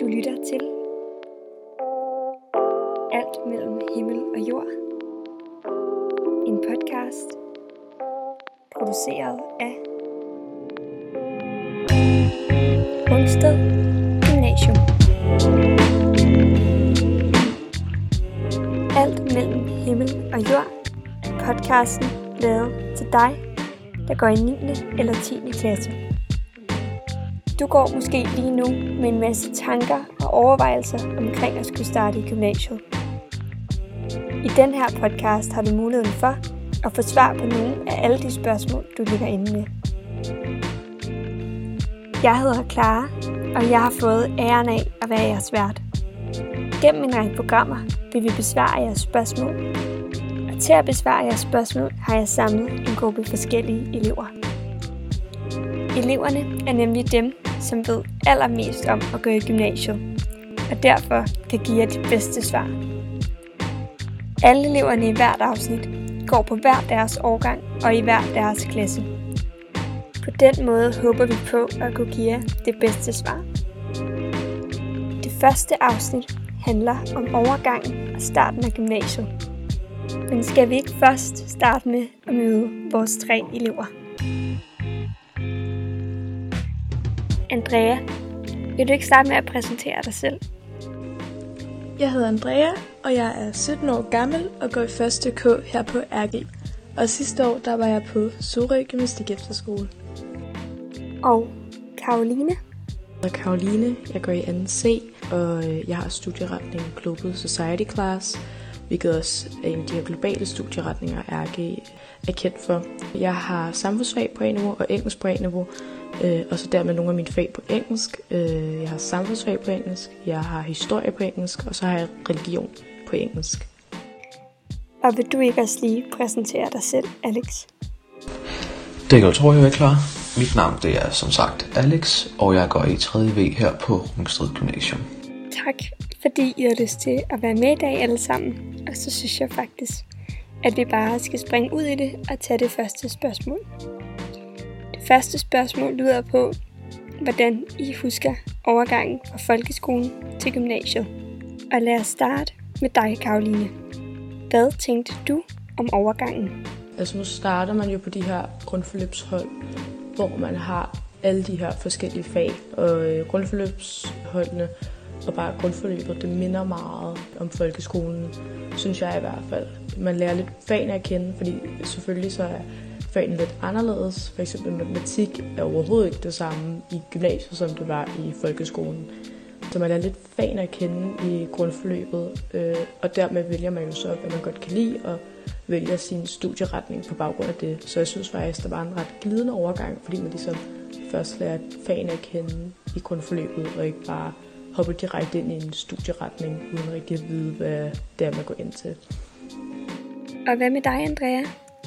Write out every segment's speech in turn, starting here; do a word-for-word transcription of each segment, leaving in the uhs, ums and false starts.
Du lytter til Alt mellem himmel og jord. En podcast produceret af Rungsted Gymnasium. Alt mellem himmel og jord er podcasten lavet til dig, der går i niende eller tiende klasse. Du går måske lige nu med en masse tanker og overvejelser omkring at skulle starte i gymnasiet. I den her podcast har du muligheden for at få svar på nogle af alle de spørgsmål, du ligger inde med. Jeg hedder Clara, og jeg har fået æren af at være jeres vært. Gennem en række programmer vil vi besvare jeres spørgsmål. Og til at besvare jeres spørgsmål har jeg samlet en gruppe forskellige elever. Eleverne er nemlig dem, som ved allermest om at gå i gymnasiet, og derfor kan give jer de bedste svar. Alle eleverne i hvert afsnit går på hver deres årgang og i hver deres klasse. På den måde håber vi på at kunne give jer det bedste svar. Det første afsnit handler om overgangen og starten af gymnasiet. Men skal vi ikke først starte med at møde vores tre elever? Andrea, vil du ikke starte med at præsentere dig selv? Jeg hedder Andrea, og jeg er sytten år gammel og går i første K her på R G. Og sidste år, der var jeg på Sorø Gymnastik Efterskole. Og Karoline? Jeg hedder Karoline, jeg går i anden C, og jeg har studieretning Global Society Class, hvilket også er en af de her globale studieretninger, R G er kendt for. Jeg har samfundsfag på A-niveau og engelsk på A-niveau, øh, og så dermed nogle af mine fag på engelsk. Øh, jeg har samfundsfag på engelsk, jeg har historie på engelsk, og så har jeg religion på engelsk. Og vil du ikke også lige præsentere dig selv, Alex? Det kan du tro, jeg er klar. Mit navn det er som sagt Alex, og jeg går i tredje V her på Rungsted Gymnasium. Tak, fordi I har lyst til at være med i dag alle sammen. Og så synes jeg faktisk, at vi bare skal springe ud i det og tage det første spørgsmål. Det første spørgsmål lyder på, hvordan I husker overgangen fra folkeskolen til gymnasiet. Og lad os starte med dig, Karoline. Hvad tænkte du om overgangen? Altså nu starter man jo på de her grundforløbshold, hvor man har alle de her forskellige fag. Og øh, grundforløbsholdene og bare grundforløbet, det minder meget om folkeskolen, synes jeg i hvert fald. Man lærer lidt fagene at kende, fordi selvfølgelig så er fagene lidt anderledes. For eksempel matematik er overhovedet ikke det samme i gymnasiet, som det var i folkeskolen. Så man lærer lidt fagene at kende i grundforløbet, øh, og dermed vælger man jo så, hvad man godt kan lide, og vælger sin studieretning på baggrund af det. Så jeg synes faktisk, der var en ret glidende overgang, fordi man ligesom først lærer fagene at kende i grundforløbet, og ikke bare hopper direkte ind i en studieretning, uden rigtig at vide, hvad det er, man går ind til. Og hvad med dig, Andrea?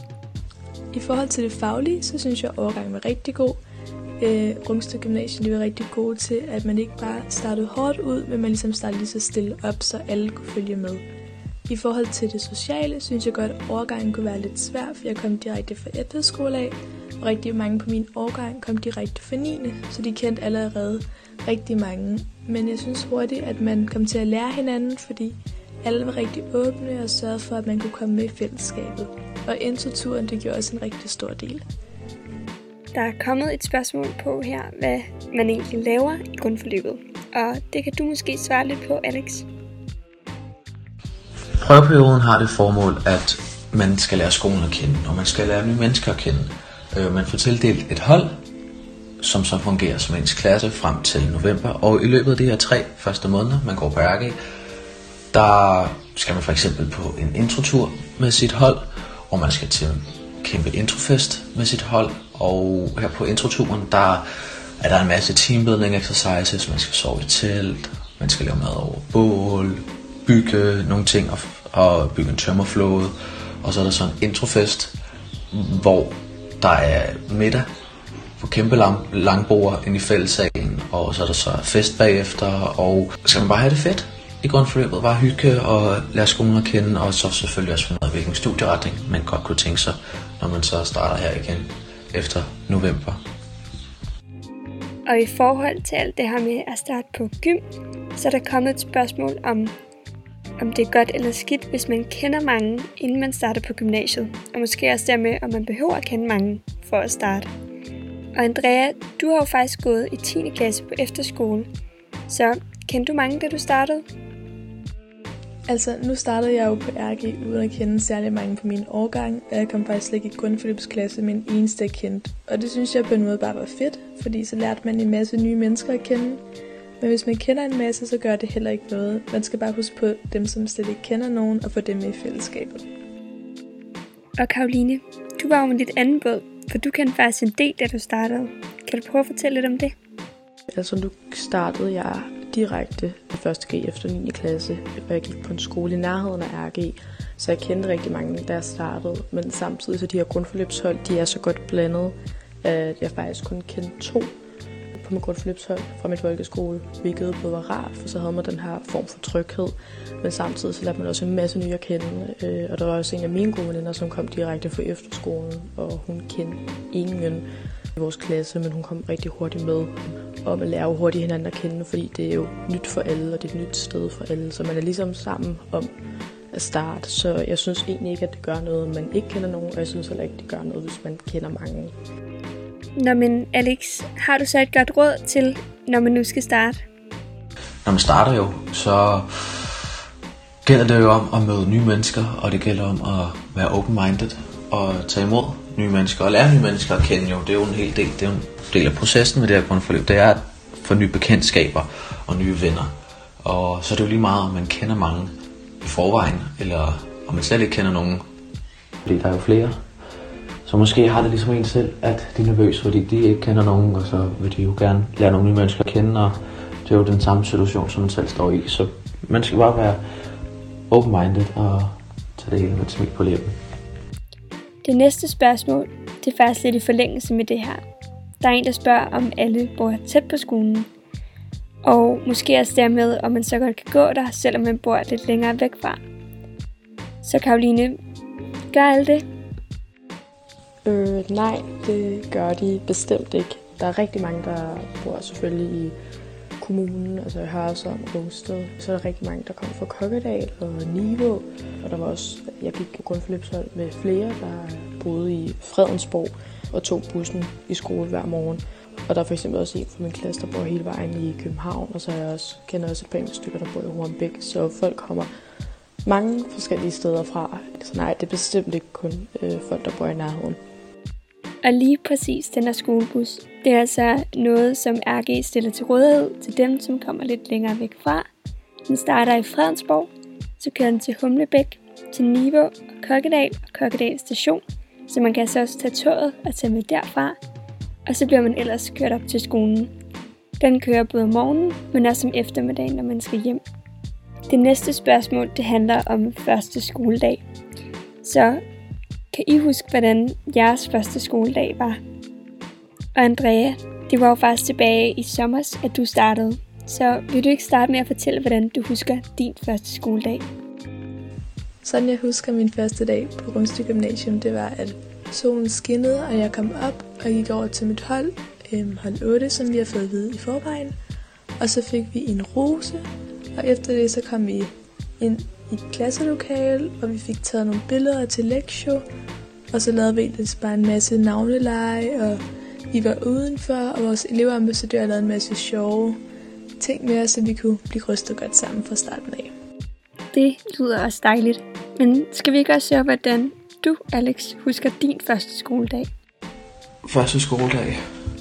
I forhold til det faglige, så synes jeg, at overgangen var rigtig god. Øh, Rungsted Gymnasium, de var rigtig gode til, at man ikke bare startede hårdt ud, men man ligesom startede lige så stille op, så alle kunne følge med. I forhold til det sociale, synes jeg godt, at overgangen kunne være lidt svær, for jeg kom direkte fra efterskole af, og rigtig mange på min årgang kom direkte fra niende, så de kendte allerede rigtig mange. Men jeg synes hurtigt, at man kom til at lære hinanden, fordi alle var rigtig åbne og sørgede for, at man kunne komme med i fællesskabet. Og introturen, det gjorde også en rigtig stor del. Der er kommet et spørgsmål på her, hvad man egentlig laver i grundforløbet. Og det kan du måske svare lidt på, Alex. Prøveperioden har det formål, at man skal lære skolen at kende, og man skal lære nye mennesker at kende. Man får tildelt et hold, som så fungerer som ens klasse frem til november. Og i løbet af de her tre første måneder, man går på R G, der skal man for eksempel på en introtur med sit hold, og man skal til en kæmpe introfest med sit hold. Og her på introturen, der er der en masse teambuilding exercises, man skal sove i telt, man skal lave mad over bål, bygge nogle ting og, og bygge en tømmerflåde. Og så er der så en introfest, hvor der er middag på kæmpe lang, langbord inde i fællessalen, og så er der så fest bagefter, og skal man bare have det fedt i grundforløbet, bare hygge og lære skolen at kende, og så selvfølgelig også finde ud af, hvilken studieretning man godt kunne tænke sig, når man så starter her igen efter november. Og i forhold til alt det her med at starte på gym, så er der kommet et spørgsmål om, om det er godt eller skidt, hvis man kender mange, inden man starter på gymnasiet. Og måske også dermed, om man behøver at kende mange for at starte. Og Andrea, du har jo faktisk gået i tiende klasse på efterskole. Så kendte du mange, da du startede? Altså, nu startede jeg jo på R G uden at kende særlig mange på min årgang, og jeg kom faktisk slet ikke i grundforløbsklasse med en eneste jeg kendte. Og det synes jeg på en måde bare var fedt, fordi så lærte man en masse nye mennesker at kende. Men hvis man kender en masse, så gør det heller ikke noget. Man skal bare huske på dem, som slet ikke kender nogen, og få dem med i fællesskabet. Og Karoline, du var jo med dit anden båd, for du kendte faktisk en del, da du startede. Kan du prøve at fortælle lidt om det? Altså, nu startede jeg direkte i første G efter niende klasse, og jeg gik på en skole i nærheden af R G, så jeg kendte rigtig mange, da jeg startede. Men samtidig så de her grundforløbshold, de er så godt blandet, at jeg faktisk kun kendte to på mit grundforløbshold fra mit folkeskole, hvilket både var rart, for så havde man den her form for tryghed, men samtidig så lærte man også en masse nye at kende, og der var også en af mine gode veninder, som kom direkte fra efterskolen, og hun kendte ingen i vores klasse, men hun kom rigtig hurtigt med, og man lærer jo hurtigt hinanden at kende, fordi det er jo nyt for alle, og det er et nyt sted for alle, så man er ligesom sammen om at starte, så jeg synes egentlig ikke, at det gør noget, man ikke kender nogen, og jeg synes heller ikke, det gør noget, hvis man kender mange. Nå, men Alex, har du så et godt råd til, når man nu skal starte? Når man starter jo, så gælder det jo om at møde nye mennesker, og det gælder om at være open-minded og tage imod nye mennesker og lære nye mennesker at kende. Jo, det er jo en hel del, det er jo en del af processen med det her grundforløb. Det er at få nye bekendtskaber og nye venner. Og så er det jo lige meget, om man kender mange i forvejen, eller om man slet ikke kender nogen. Fordi der er jo flere. Så måske har det ligesom en selv, at de er nervøse, fordi de ikke kender nogen, og så vil de jo gerne lære nogle nye mennesker at kende, og det er jo den samme situation, som man selv står i. Så man skal bare være open-minded og tage det hele med et smil på læben. Det næste spørgsmål, det er faktisk lidt i forlængelse med det her. Der er en, der spørger, om alle bor tæt på skolen. Og måske også dermed, om man så godt kan gå der, selvom man bor lidt længere væk fra. Så Karoline, gør alle det? Øh, nej, det gør de bestemt ikke. Der er rigtig mange, der bor selvfølgelig i kommunen, altså i Hørsholm og Rungsted. Så er der rigtig mange, der kommer fra Kokkedal og Niveau. Og der var også, jeg gik på grundforløbshold med flere, der boede i Fredensborg og tog bussen i skole hver morgen. Og der er for eksempel også en fra min klasse, der bor hele vejen i København. Og så jeg også, kender også et par stykker, der bor i Hornbæk. Så folk kommer mange forskellige steder fra. Så nej, det er bestemt ikke kun øh, folk, der bor i nærheden. Og lige præcis den her skolebus, det er altså noget, som R G stiller til rådighed til dem, som kommer lidt længere væk fra. Den starter i Fredensborg, så kører den til Humlebæk, til Niveau og Kokkedal og Kokkedal station, så man kan altså også tage toget og tage med derfra, og så bliver man ellers kørt op til skolen. Den kører både om morgenen, men også om eftermiddagen, når man skal hjem. Det næste spørgsmål, det handler om første skoledag. Så kan I huske, hvordan jeres første skoledag var? Og Andrea, det var jo faktisk tilbage i sommer, at du startede. Så vil du ikke starte med at fortælle, hvordan du husker din første skoledag? Sådan jeg husker min første dag på Rungsted Gymnasium, det var, at solen skinnede, og jeg kom op og gik over til mit hold, øhm, hold otte, som vi har fået at vide i forvejen. Og så fik vi en rose, og efter det så kom vi ind i et klasselokale, og vi fik taget nogle billeder til lektion, og så lavede vi ellers bare en masse navneleje, og vi var udenfor, og vores elevambassadør lavede en masse sjove ting med os, så vi kunne blive rystet godt sammen fra starten af. Det lyder også dejligt. Men skal vi ikke også høre, hvordan du, Alex, husker din første skoledag? Første skoledag,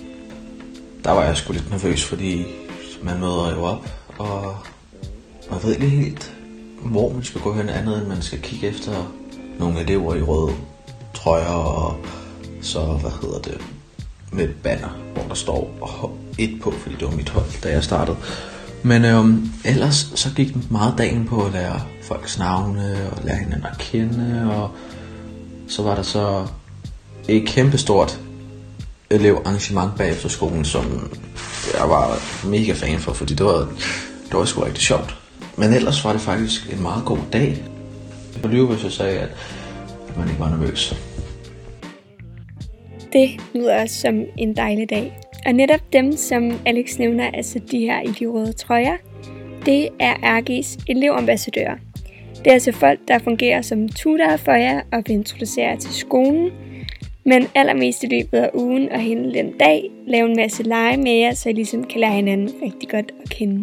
der var jeg sgu lidt nervøs, fordi man møder jo op, og man ved ikke helt, hvor man skal gå hen andet, end man skal kigge efter nogle elever i røde trøjer, og så, hvad hedder det, med et banner, hvor der står et på, fordi det var mit hold, da jeg startede. Men øhm, ellers så gik den meget dagen på at lære folks navne, og lære hinanden at kende, og så var der så et kæmpestort elevarrangement bagefter skolen, som jeg var mega fan for, fordi det var, det var sgu rigtig sjovt. Men ellers var det faktisk en meget god dag. Jeg lyver, hvis jeg sagde, at man ikke var nervøs. Det lyder også som en dejlig dag. Og netop dem, som Alex nævner, altså de her i de røde trøjer, det er R G's elevambassadører. Det er altså folk, der fungerer som tutorer for jer og vil introducere jer til skolen, men allermest i løbet af ugen og hele den dag lave en masse lege med jer, så I ligesom kan lære hinanden rigtig godt at kende.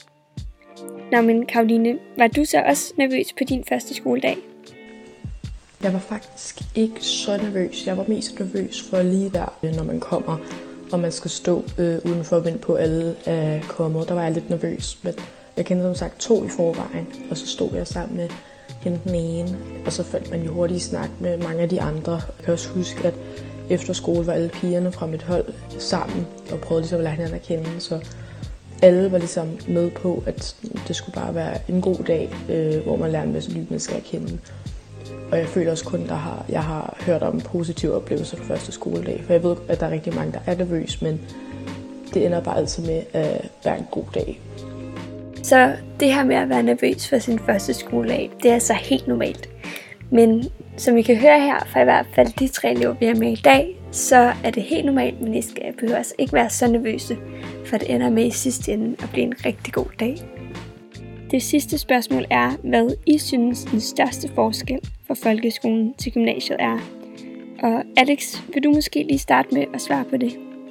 Nå, men Karoline, var du så også nervøs på din første skoledag? Jeg var faktisk ikke så nervøs. Jeg var mest nervøs for lige der, når man kommer, og man skal stå øh, udenfor og vente på, at alle er kommet. Der var jeg lidt nervøs, men jeg kendte som sagt to i forvejen, og så stod jeg sammen med hende den ene, og så faldt man jo hurtigt i snak med mange af de andre. Jeg kan også huske, at efter skole var alle pigerne fra mit hold sammen, og prøvede ligesom at lære hinanden at kende, så alle var ligesom med på, at det skulle bare være en god dag, øh, hvor man lærer en masse nye mennesker at kende. Og jeg føler også kun, at har, jeg har hørt om positive oplevelser på første skoledag. For jeg ved, at der er rigtig mange, der er nervøse, men det ender bare altid med at være en god dag. Så det her med at være nervøs for sin første skoledag, det er altså helt normalt. Men som I kan høre her, fra i hvert fald de tre elever, vi er med i dag, så er det helt normalt, men I skal behøver altså ikke være så nervøse, for det ender med i sidste ende at blive en rigtig god dag. Det sidste spørgsmål er, hvad I synes den største forskel fra folkeskolen til gymnasiet er. Og Alex, vil du måske lige starte med at svare på det?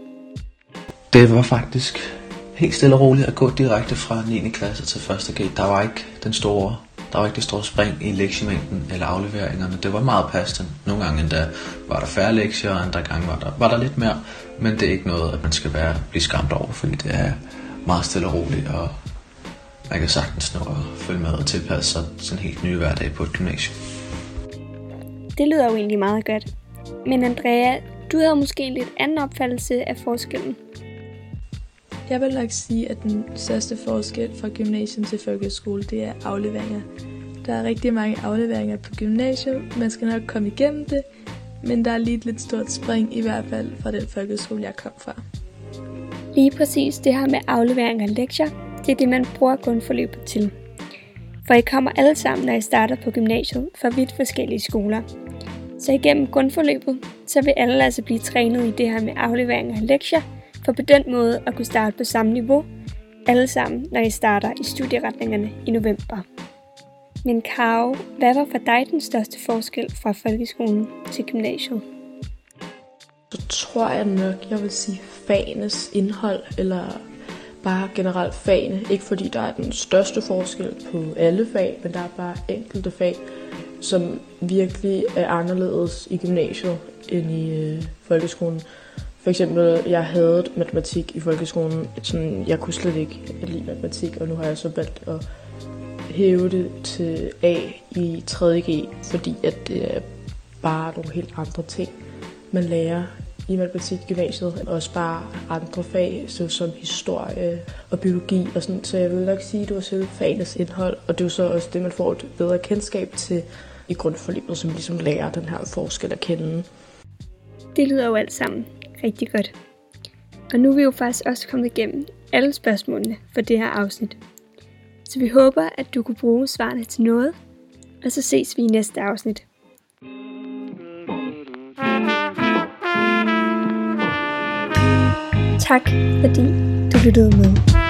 Det var faktisk helt stille og roligt at gå direkte fra niende klasse til første G. Der var ikke den store, der var ikke det store spring i lektiemængden eller afleveringerne. Det var meget passende. Nogle gange endda var der færre lektier, og andre gange var der, var der lidt mere. Men det er ikke noget, at man skal være, blive skræmt over, fordi det er meget stille og roligt, og man kan sagtens nå at følge med og tilpasse sig sådan en helt ny hverdag på et gymnasium. Det lyder jo egentlig meget godt. Men Andrea, du havde måske en lidt anden opfattelse af forskellen. Jeg vil nok sige, at den største forskel fra gymnasium til folkeskole, det er afleveringer. Der er rigtig mange afleveringer på gymnasiet. Man skal nok komme igennem det, men der er lige et lidt stort spring, i hvert fald fra den folkeskole, jeg kom fra. Lige præcis det her med aflevering af lektier, det er det, man bruger grundforløbet til. For I kommer alle sammen, når I starter på gymnasiet, fra vidt forskellige skoler. Så igennem grundforløbet, så vil alle altså blive trænet i det her med aflevering af lektier, for på den måde at kunne starte på samme niveau, alle sammen, når I starter i studieretningerne i november. Men Karo, hvad var for dig den største forskel fra folkeskolen til gymnasiet? Så tror jeg nok, jeg vil sige fagenes indhold, eller bare generelt fagene. Ikke fordi der er den største forskel på alle fag, men der er bare enkelte fag, som virkelig er anderledes i gymnasiet end i øh, folkeskolen. For eksempel, jeg havde matematik i folkeskolen, sådan, jeg kunne slet ikke lide matematik, og nu har jeg så valgt at hæve det til A i tredje G, fordi at det er bare nogle helt andre ting, man lærer i matematik i gymnasiet. Også bare andre fag, så som historie og biologi og sådan. Så jeg vil nok sige, at det var selve fagenes indhold, og det er jo så også det, man får et bedre kendskab til i grundforløbet, som ligesom lærer den her forskel at kende. Det lyder jo alt sammen rigtig godt. Og nu er vi jo faktisk også kommet igennem alle spørgsmålene for det her afsnit. Så vi håber, at du kunne bruge svarene til noget, og så ses vi i næste afsnit. Tak fordi du lyttede med.